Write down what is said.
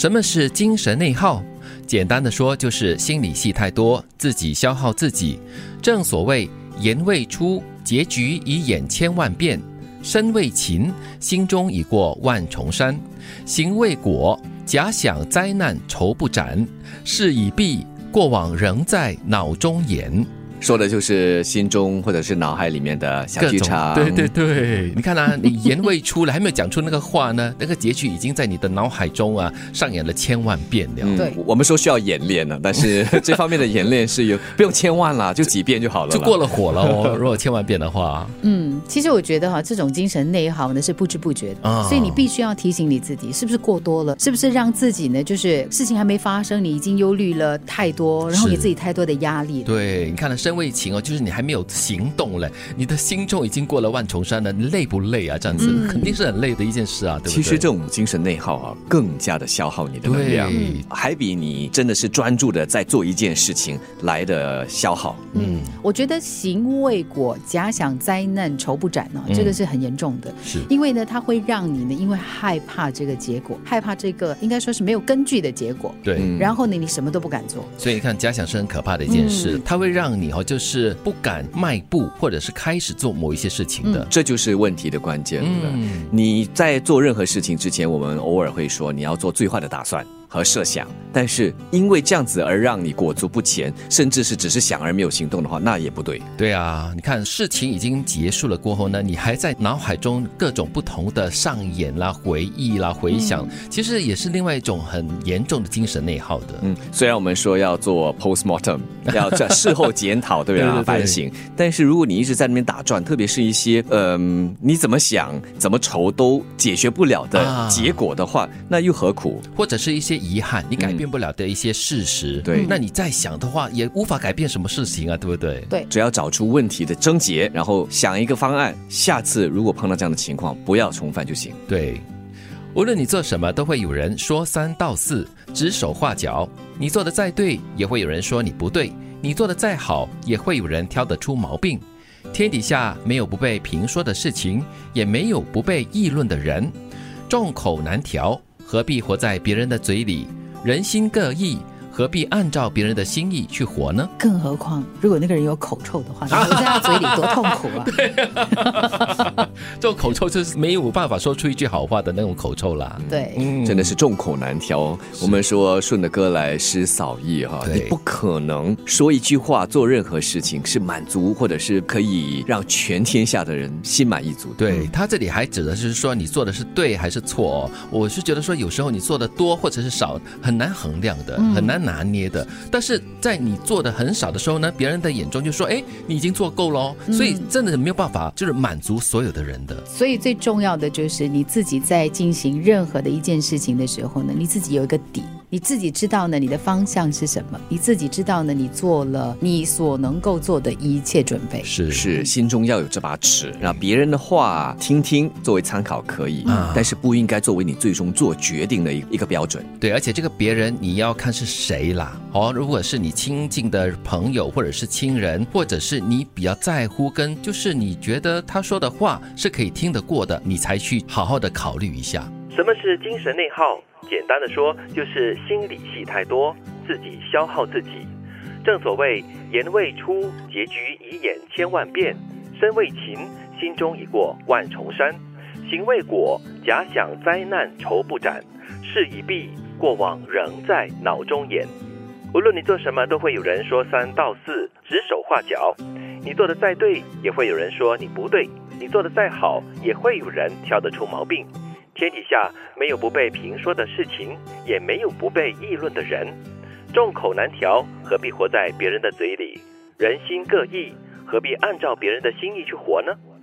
什么是精神内耗？简单的说，就是心理戏太多，自己消耗自己。正所谓言未出，结局已演千万遍；身未擒，心中已过万重山；行未果，假想灾难愁不展；事已毕，过往仍在脑中演。 说的就是心中或者是脑海里面的小剧场。 对对对，你看啊，你言未出来，还没有讲出那个话呢，那个结局已经在你的脑海中啊上演了千万遍了。 对，我们说需要演练呢，但是这方面的演练是不用千万啦，就几遍就好了， 就过了火了哦。如果千万遍的话， 其实我觉得这种精神内耗呢是不知不觉的，所以你必须要提醒你自己，是不是过多了，是不是让自己呢，就是事情还没发生，你已经忧虑了太多，然后给自己太多的压力。 对，你看了身未擒哦，就是你还没有行动了，你的心中已经过了万重山了，你累不累啊？这样子肯定是很累的一件事啊，对不对？ 其实这种精神内耗更加的消耗你的能量，还比你真的是专注的在做一件事情来的消耗。 我觉得行未果，假想灾难愁不展这个是很严重的， 是因为呢，它会让你呢，因为害怕这个结果，害怕这个应该说是没有根据的结果， 对， 然后呢，你什么都不敢做。 所以你看，假想是很可怕的一件事，它会让你就是不敢迈步，或者是开始做某一些事情的， 这就是问题的关键了。你在做任何事情之前，我们偶尔会说你要做最坏的打算和设想，但是因为这样子而让你裹足不前，甚至是只是想而没有行动的话，那也不对。 对啊，你看事情已经结束了过后呢，你还在脑海中各种不同的上演啦、回忆啦、回想，其实也是另外一种很严重的精神内耗的。 虽然我们说要做 postmortem， 要在事后检讨，对吧？反省，但是如果你一直在那边打转，特别是一些你怎么想、怎么愁都解决不了的结果的话，那又何苦？ 或者是一些遗憾，你改变不了的一些事实， 对， 那你再想的话，也无法改变什么事情啊，对不对？ 对， 只要找出问题的症结，然后想一个方案，下次如果碰到这样的情况，不要重犯就行。 对，无论你做什么，都会有人说三道四，指手画脚。你做的再对，也会有人说你不对；你做的再好，也会有人挑得出毛病。天底下没有不被评说的事情，也没有不被议论的人。众口难调，何必活在别人的嘴里？人心各异，何必按照别人的心意去活呢？ 更何况，如果那个人有口臭的话，你留在他嘴里多痛苦啊！ 这种口臭就是没有办法说出一句好话的那种口臭啦。 对， 真的是众口难调。我们说顺着歌来诗扫意你不可能说一句话做任何事情是满足或者是可以让全天下的人心满意足的。 对，他这里还指的是说你做的是对还是错我是觉得说有时候你做的多或者是少很难衡量的，很难拿捏的。但是在你做的很少的时候呢，别人的眼中就说你已经做够了所以真的没有办法就是满足所有的人的。 所以最重要的就是你自己在进行任何的一件事情的时候呢，你自己有一个底，你自己知道呢你的方向是什么，你自己知道呢你做了你所能够做的一切准备。 是心中要有这把尺，然后别人的话听听作为参考可以但是不应该作为你最终做决定的一个标准。 对，而且这个别人你要看是谁啦如果是你亲近的朋友或者是亲人，或者是你比较在乎跟就是你觉得他说的话是可以听得过的，你才去好好的考虑一下。 什么是精神内耗？简单的说，就是心理戏太多，自己消耗自己。正所谓言未出，结局已演千万遍；身未擒，心中已过万重山；行未果，假想灾难愁不展；事已毕，过往仍在脑中演。无论你做什么，都会有人说三道四，指手画脚。你做的再对，也会有人说你不对；你做的再好，也会有人挑得出毛病。天底下没有不被评说的事情，也没有不被议论的人。众口难调，何必活在别人的嘴里？人心各异，何必按照别人的心意去活呢？